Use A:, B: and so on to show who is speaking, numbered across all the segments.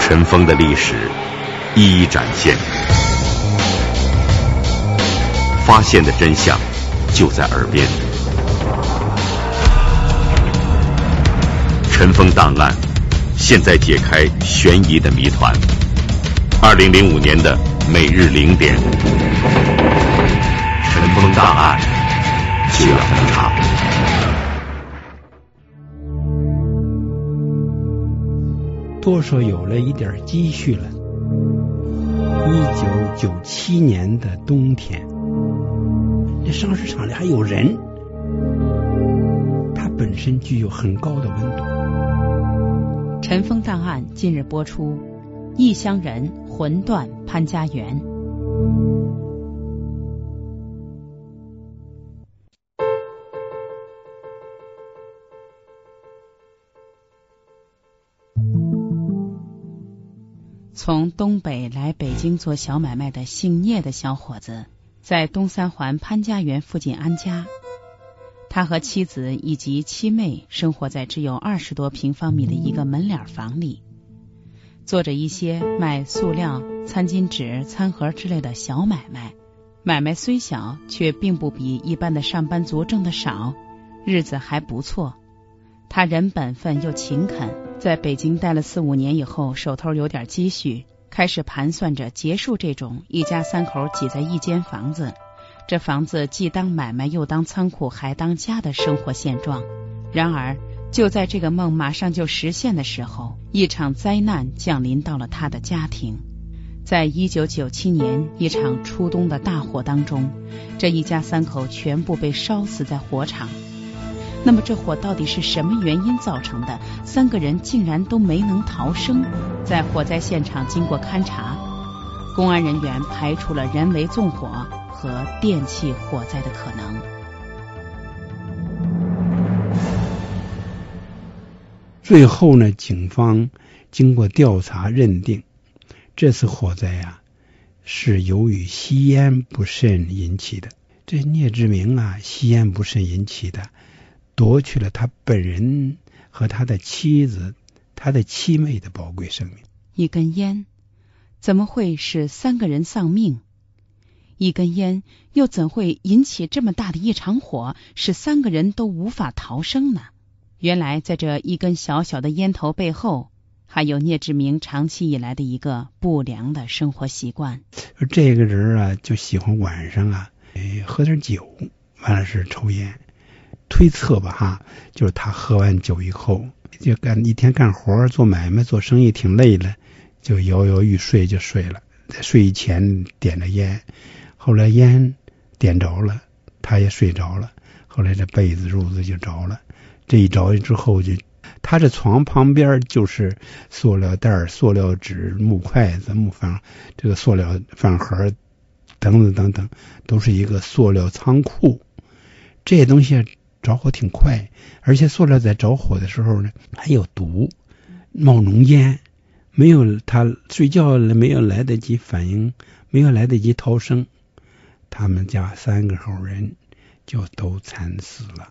A: 尘封的历史一一展现，发现的真相就在耳边。尘封档案，现在解开悬疑的谜团。2005年的每日0点，尘封档案就要登场。
B: 多少有了一点积蓄了。1997年的冬天，这上市场里还有人，它本身具有很高的温度。
C: 尘封档案近日播出，异乡人魂断潘家园。从东北来北京做小买卖的姓聂的小伙子，在东三环潘家园附近安家。他和妻子以及妻妹生活在只有20多平方米的一个门脸房里，做着一些卖塑料、餐巾纸、餐盒之类的小买卖。买卖虽小，却并不比一般的上班族挣得少，日子还不错。他人本分又勤恳，在北京待了4、5年以后，手头有点积蓄，开始盘算着结束这种一家3口挤在一间房子，这房子既当买卖又当仓库还当家的生活现状。然而就在这个梦马上就实现的时候，一场灾难降临到了他的家庭。在1997年一场初冬的大火当中，这一家3口全部被烧死在火场。那么这火到底是什么原因造成的？3个人竟然都没能逃生。在火灾现场经过勘查，公安人员排除了人为纵火和电气火灾的可能。
B: 最后呢，警方经过调查认定，这次火灾是由于吸烟不慎引起的。这聂志明吸烟不慎引起的，夺去了他本人和他的妻子、他的妻妹的宝贵生命。
C: 一根烟怎么会使3个人丧命？一根烟又怎会引起这么大的一场火，使3个人都无法逃生呢？原来在这一根小小的烟头背后，还有聂志明长期以来的一个不良的生活习惯。
B: 这个人就喜欢晚上喝点酒，完了是抽烟。推测吧就是他喝完酒以后，就一天干活做买卖做生意挺累了，就摇摇欲睡就睡了。在睡以前点了烟，后来烟点着了，他也睡着了，后来这被子褥子就着了。这一着之后，他这床旁边就是塑料袋、塑料纸、木筷子、这个塑料饭盒等等等等，都是一个塑料仓库。这些东西着火挺快，而且塑料在着火的时候呢还有毒，冒浓烟，他睡觉了没有来得及反应，没有来得及逃生，他们家3个口人就都惨死了。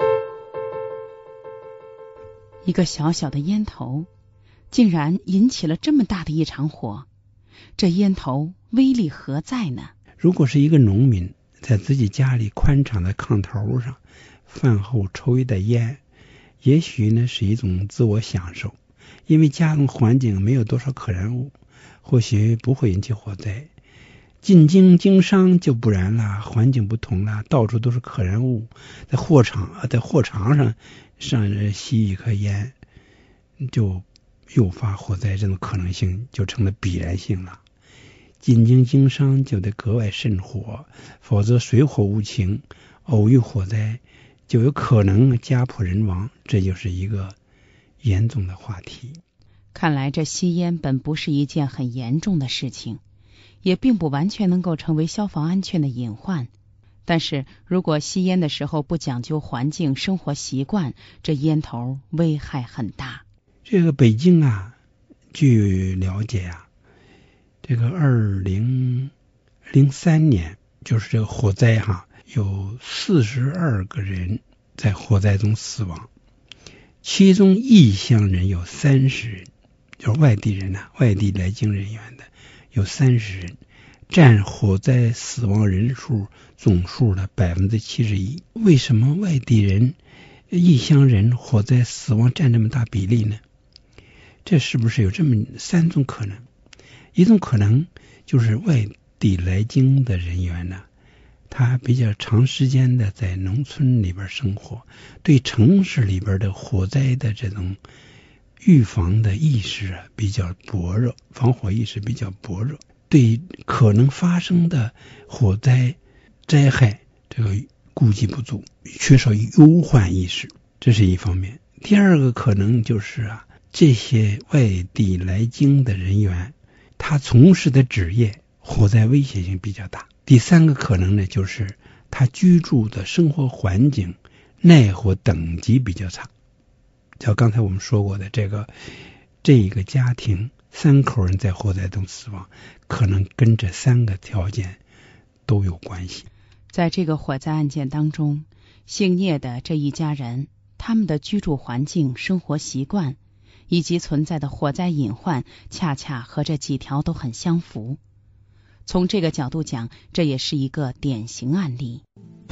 C: 一个小小的烟头竟然引起了这么大的一场火，这烟头威力何在呢？
B: 如果是一个农民在自己家里宽敞的炕头上饭后抽一袋烟，也许呢是一种自我享受，因为家中环境没有多少可燃物，或许不会引起火灾。进京经商就不然了，环境不同了，到处都是可燃物，在货场上吸一颗烟，就诱发火灾，这种可能性就成了必然性了。进京经商就得格外慎火，否则水火无情，偶遇火灾就有可能家破人亡，这就是一个严重的话题。
C: 看来这吸烟本不是一件很严重的事情，也并不完全能够成为消防安全的隐患。但是如果吸烟的时候不讲究环境生活习惯，这烟头危害很大。
B: 这个北京据了解这个2003年就是这个火灾有42个人在火灾中死亡，其中异乡人有30人， 就是外地人外地来京人员的有30人，占火灾死亡人数总数的71%。为什么外地人、异乡人火灾死亡占这么大比例呢？这是不是有这么3种可能？一种可能就是外地来京的人员他比较长时间的在农村里边生活，对城市里边的火灾的这种预防的意识比较薄弱，防火意识比较薄弱，对可能发生的火灾灾害这个估计不足，缺少忧患意识，这是一方面。第二个可能就是这些外地来京的人员他从事的职业火灾危险性比较大。第三个可能呢，就是他居住的生活环境耐火等级比较差。像刚才我们说过的这个家庭3口人在火灾中死亡，可能跟这3个条件都有关系。
C: 在这个火灾案件当中，姓聂的这一家人，他们的居住环境、生活习惯以及存在的火灾隐患，恰恰和这几条都很相符。从这个角度讲，这也是一个典型案例。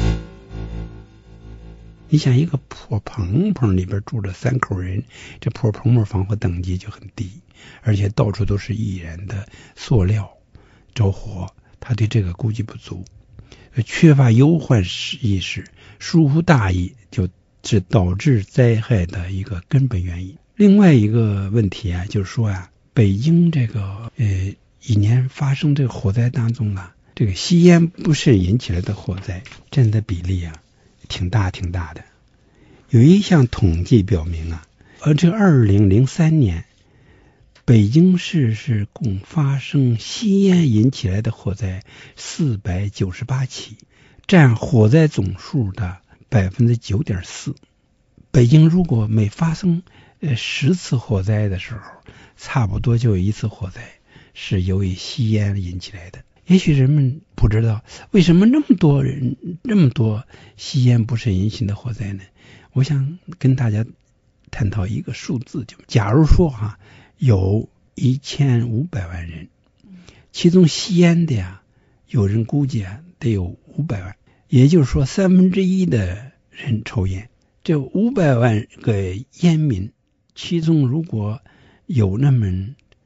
B: 你想，一个破棚棚里边住着3口人，这破棚棚防火等级就很低，而且到处都是易燃的塑料，着火，他对这个估计不足，缺乏忧患意识，疏忽大意，就是导致灾害的一个根本原因。另外一个问题就是说北京这个一年发生这个火灾当中这个吸烟不慎引起来的火灾占的比例挺大的。有一项统计表明这2003年北京市是共发生吸烟引起来的火灾498起，占火灾总数的 9.4%。北京如果每发生10次火灾的时候，差不多就有1次火灾是由于吸烟引起来的。也许人们不知道为什么那么多吸烟不慎引起的火灾呢？我想跟大家探讨一个数字，就假如说有1500万人，其中吸烟的有人估计得有500万，也就是说1/3的人抽烟。这500万个烟民，其中如果有那么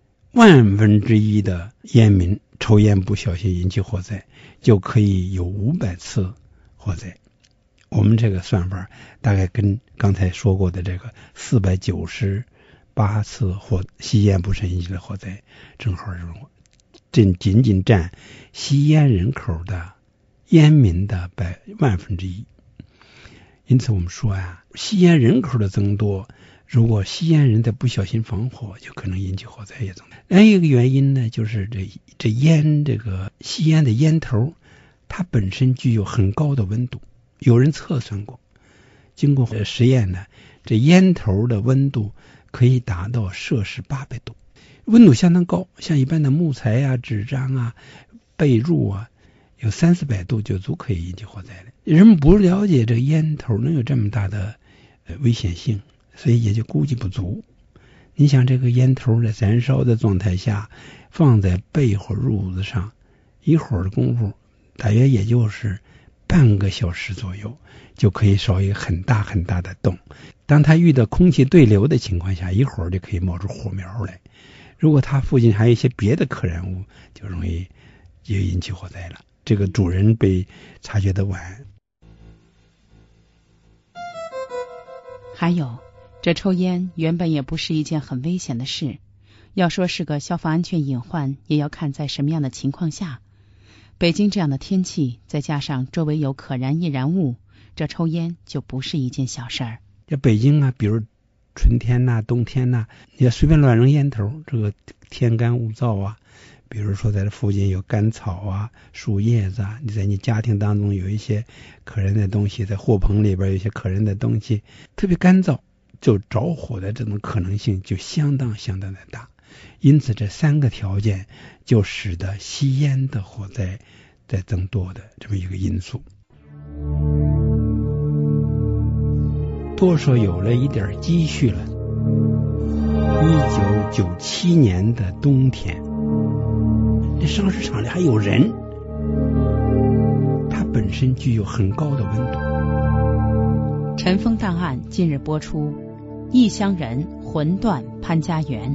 B: 1/1000的烟民抽烟不小心引起火灾，就可以有500次火灾。我们这个算法大概跟刚才说过的这个498次吸烟不慎引起的火灾正好仅仅占吸烟人口的烟民的1/1000。因此我们说吸烟人口的增多，如果吸烟人的不小心防火，就可能引起火灾也增多。另一个原因呢，就是这烟吸烟的烟头，它本身具有很高的温度。有人测算过，经过实验呢，这烟头的温度可以达到摄氏800度，温度相当高。像一般的木材纸张被褥有300-400度就足可以引起火灾了。人们不了解这个烟头能有这么大的危险性，所以也就估计不足。你想，这个烟头在燃烧的状态下放在被或褥子上，一会儿的功夫大约也就是半个小时左右，就可以烧一个很大的洞。当它遇到空气对流的情况下，一会儿就可以冒出火苗来。如果它附近还有一些别的可燃物，就容易引起火灾了。这个主人被察觉的晚。
C: 还有，这抽烟原本也不是一件很危险的事，要说是个消防安全隐患，也要看在什么样的情况下。北京这样的天气，再加上周围有可燃易燃物，这抽烟就不是一件小事儿。
B: 这北京比如春天冬天你要随便乱扔烟头，这个天干物燥比如说在这附近有干草树叶子你在你家庭当中有一些可燃的东西，在货棚里边有一些可燃的东西，特别干燥，就着火的这种可能性就相当的大。因此这3个条件就使得吸烟的火灾在增多的这么一个因素。多少有了一点积蓄了。 1997年的冬天，这烧尸场里还有人，它本身具有很高的温度。
C: 尘封档案近日播出，异乡人魂断潘家园。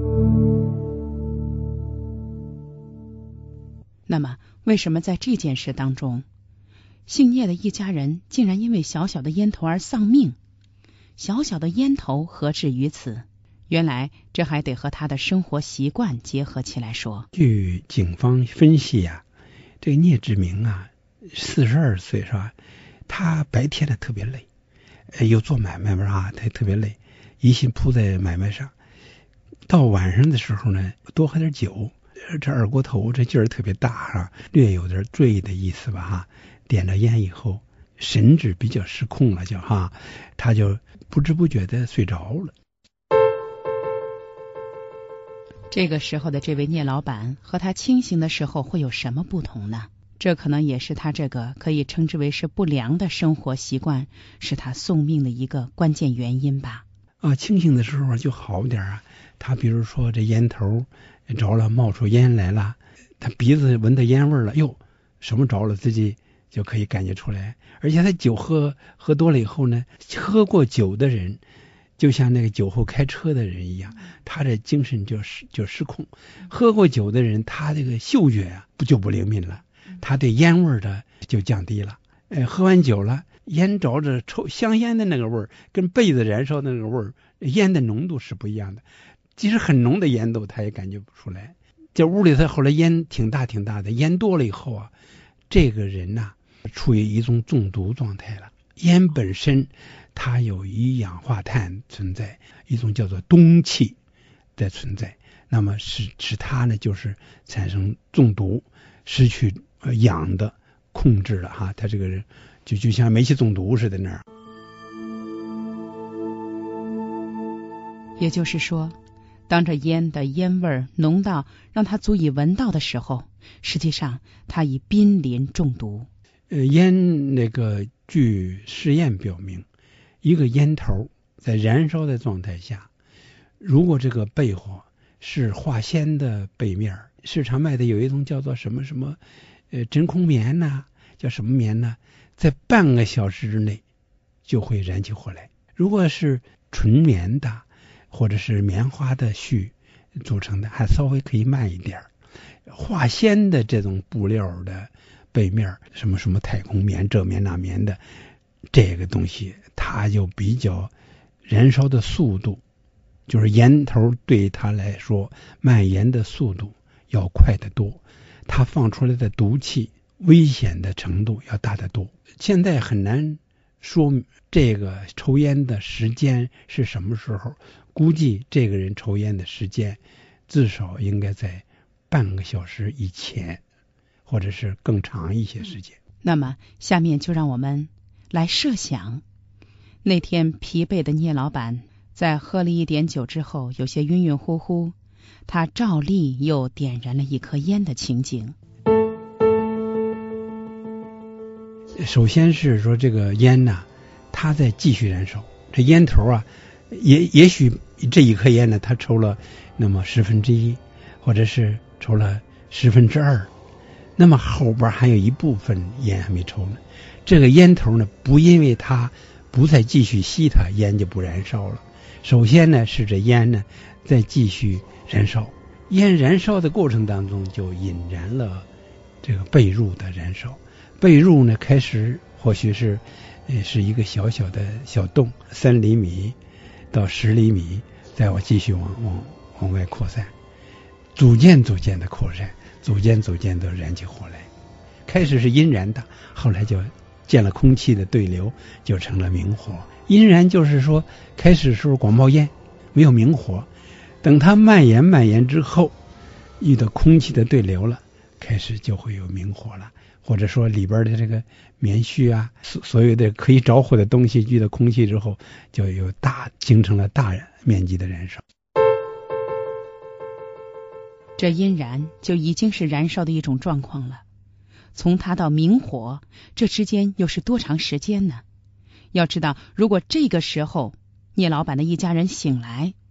C: 那么为什么在这件事当中，姓聂的一家人竟然因为小小的烟头而丧命？小小的烟头何至于此？原来这还得和他的生活习惯结合起来说。
B: 据警方分析啊，这个聂志明啊，42岁是吧？他白天呢特别累，又做买卖嘛，他特别累，一心扑在买卖上。到晚上的时候呢，多喝点酒，这二锅头这劲儿特别大哈，略有点醉的意思吧哈。点了烟以后，神志比较失控了，他就不知不觉的睡着了。
C: 这个时候的这位聂老板和他清醒的时候会有什么不同呢？这可能也是他这个可以称之为是不良的生活习惯使他送命的一个关键原因吧。
B: 清醒的时候就好点啊。他比如说这烟头着了，冒出烟来了，他鼻子闻到烟味了，哟，什么着了，自己就可以感觉出来。而且他酒喝多了以后呢，喝过酒的人就像那个酒后开车的人一样，他的精神就失控。喝过酒的人，他这个嗅觉啊不灵敏了，他对烟味的就降低了。喝完酒了，烟着着抽香烟的那个味儿，跟被子燃烧的那个味儿，烟的浓度是不一样的。即使很浓的烟斗，他也感觉不出来。这屋里头后来烟挺大的，烟多了以后啊，这个人呐，处于一种中毒状态了。烟本身它有一氧化碳存在，一种叫做氡气的存在，那么使它呢就是产生中毒，失去氧的控制了哈。他这个人就像煤气中毒似的那样。
C: 也就是说，当这烟的烟味浓到让他足以闻到的时候，实际上他已濒临中毒。
B: 烟那个据试验表明，一个烟头在燃烧的状态下，如果这个被火是化纤的被面，市场卖的有一种叫做什么真空棉呐，叫什么棉呢，在半个小时之内就会燃起火来。如果是纯棉的或者是棉花的絮组成的，还稍微可以慢一点。化纤的这种布料的被面，什么太空棉这棉那棉的，这个东西它就比较燃烧的速度，就是烟头对它来说蔓延的速度要快得多，它放出来的毒气危险的程度要大得多。现在很难说这个抽烟的时间是什么时候，估计这个人抽烟的时间至少应该在半个小时以前，或者是更长一些时间。
C: 那么下面就让我们来设想，那天疲惫的聂老板在喝了一点酒之后有些晕晕乎乎，他照例又点燃了一颗烟的情景。
B: 首先是说这个烟呢，它在继续燃烧，这烟头啊也许这一颗烟呢他抽了那么1/10，或者是抽了2/10，那么后边还有一部分烟还没抽呢。这个烟头呢，不因为它不再继续吸它，烟就不燃烧了。首先呢是这烟呢在继续燃烧，烟燃烧的过程当中就引燃了这个被褥的燃烧。被褥呢开始或许是一个小小的小洞，3厘米到10厘米，再继续往外扩散，逐渐的扩散，逐渐的燃起火来。开始是阴燃的，后来就见了空气的对流，就成了明火。阴燃就是说开始时候光冒烟，没有明火，等它蔓延之后，遇到空气的对流了，开始就会有明火了。或者说里边的这个棉絮啊，所有的可以着火的东西遇到空气之后，就形成了大面积的燃烧。
C: 这阴燃就已经是燃烧的一种状况了，从它到明火，这之间又是多长时间呢？要知道，如果这个时候聂老板的一家人醒来，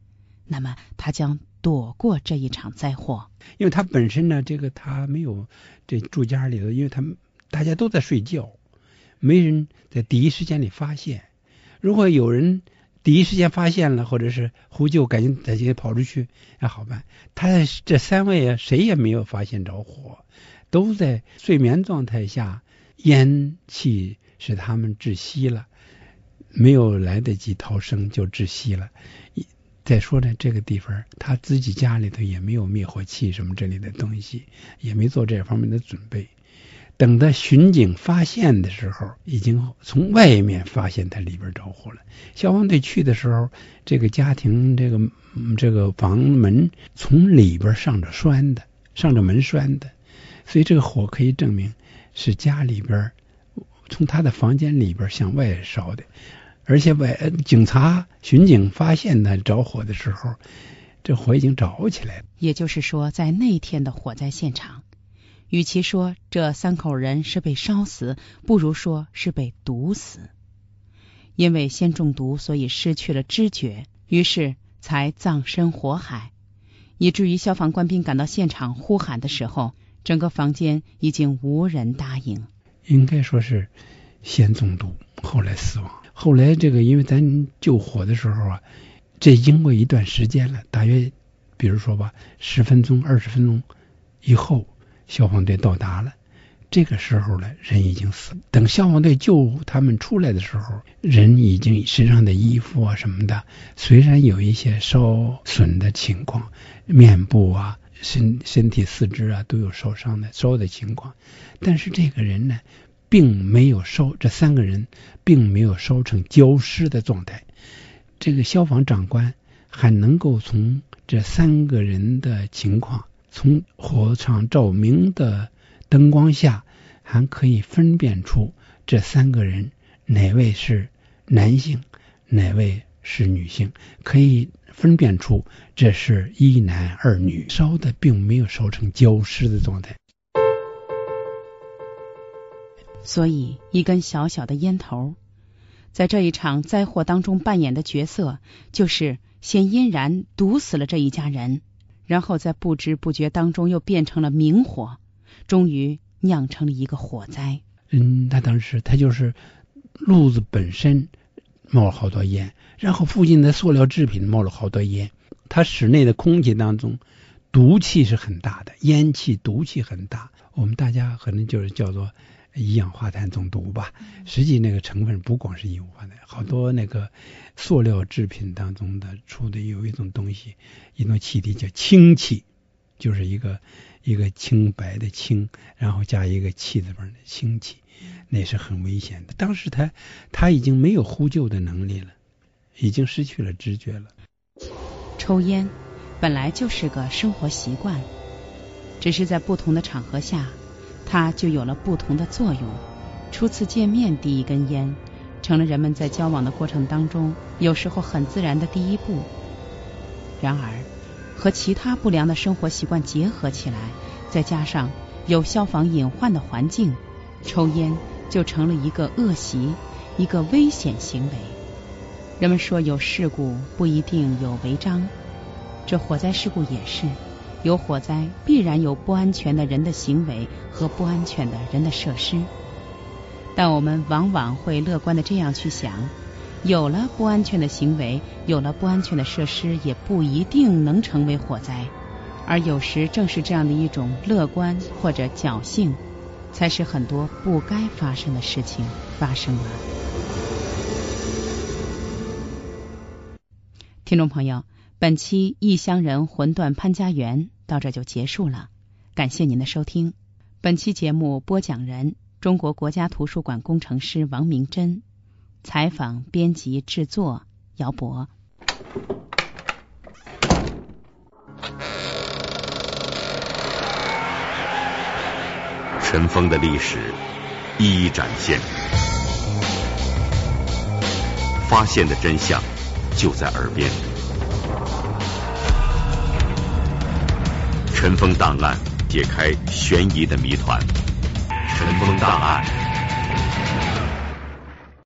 C: 那么他将躲过这一场灾祸。
B: 因为他本身呢，他没有这住家里头，因为大家都在睡觉，没人在第一时间里发现。如果有人第一时间发现了，或者是呼救，赶紧再跑出去，那好办。他这3位啊，谁也没有发现着火，都在睡眠状态下，烟气使他们窒息了，没有来得及逃生就窒息了。再说呢，这个地方他自己家里头也没有灭火器什么这类的东西，也没做这方面的准备。等到巡警发现的时候，已经从外面发现它里边着火了。消防队去的时候，这个家庭这个房门从里边上着门栓的，所以这个火可以证明是家里边从他的房间里边向外烧的。而且巡警发现他着火的时候，这火已经着起来了。
C: 也就是说，在那天的火灾现场，与其说这3口人是被烧死，不如说是被毒死。因为先中毒，所以失去了知觉，于是才葬身火海，以至于消防官兵赶到现场呼喊的时候，整个房间已经无人答应。
B: 应该说是先中毒，后来死亡。后来因为咱救火的时候啊，这经过一段时间了，大约比如说吧10分钟20分钟以后，消防队到达了。这个时候呢，人已经死了。等消防队救他们出来的时候，人已经身上的衣服啊什么的，虽然有一些烧损的情况，面部啊身体四肢啊都有烧的情况，但是这个人呢并没有这3个人并没有烧成焦尸的状态。这个消防长官还能够从这3个人的情况，从火场照明的灯光下，还可以分辨出这3个人哪位是男性，哪位是女性，可以分辨出这是1男2女，烧的并没有烧成焦尸的状态。
C: 所以一根小小的烟头，在这一场灾祸当中扮演的角色，就是先阴然毒死了这一家人，然后在不知不觉当中又变成了明火，终于酿成了一个火灾。
B: 他当时就是炉子本身冒了好多烟，然后附近的塑料制品冒了好多烟，它室内的空气当中毒气是很大的，烟气毒气很大，我们大家可能就是叫做一氧化碳中毒吧。实际那个成分不光是一氧化碳，好多那个塑料制品当中的出的有一种东西，一种气体叫氢气，就是一个清白的清，然后加一个气字旁的氢气，那是很危险的。当时他已经没有呼救的能力了，已经失去了知觉了。
C: 抽烟本来就是个生活习惯，只是在不同的场合下它就有了不同的作用。初次见面第一根烟，成了人们在交往的过程当中有时候很自然的第一步。然而和其他不良的生活习惯结合起来，再加上有消防隐患的环境，抽烟就成了一个恶习，一个危险行为。人们说有事故不一定有违章，这火灾事故也是，有火灾必然有不安全的人的行为和不安全的人的设施。但我们往往会乐观的这样去想，有了不安全的行为，有了不安全的设施，也不一定能成为火灾。而有时正是这样的一种乐观或者侥幸，才使很多不该发生的事情发生了。听众朋友，本期异乡人魂断潘家园到这就结束了，感谢您的收听。本期节目播讲人中国国家图书馆工程师王明珍，采访编辑制作姚博。
A: 尘封的历史一一展现，发现的真相就在耳边。尘封档案，解开悬疑的谜团。尘封档案。